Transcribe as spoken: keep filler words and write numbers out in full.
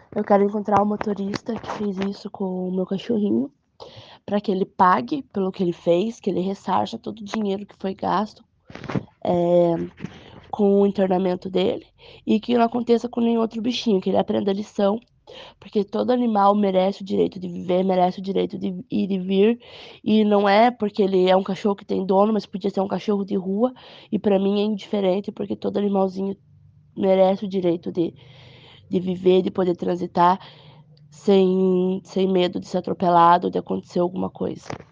Eu quero encontrar o motorista que fez isso com o meu cachorrinho, para que ele pague pelo que ele fez, que ele ressarça todo o dinheiro que foi gasto, eh, com o internamento dele, e que não aconteça com nenhum outro bichinho, que ele aprenda a lição, porque todo animal merece o direito de viver, merece o direito de ir e vir, e não é porque ele é um cachorro que tem dono, mas podia ser um cachorro de rua, e para mim é indiferente, porque todo animalzinho merece o direito de de viver, de poder transitar sem sem medo de ser atropelado, de acontecer alguma coisa.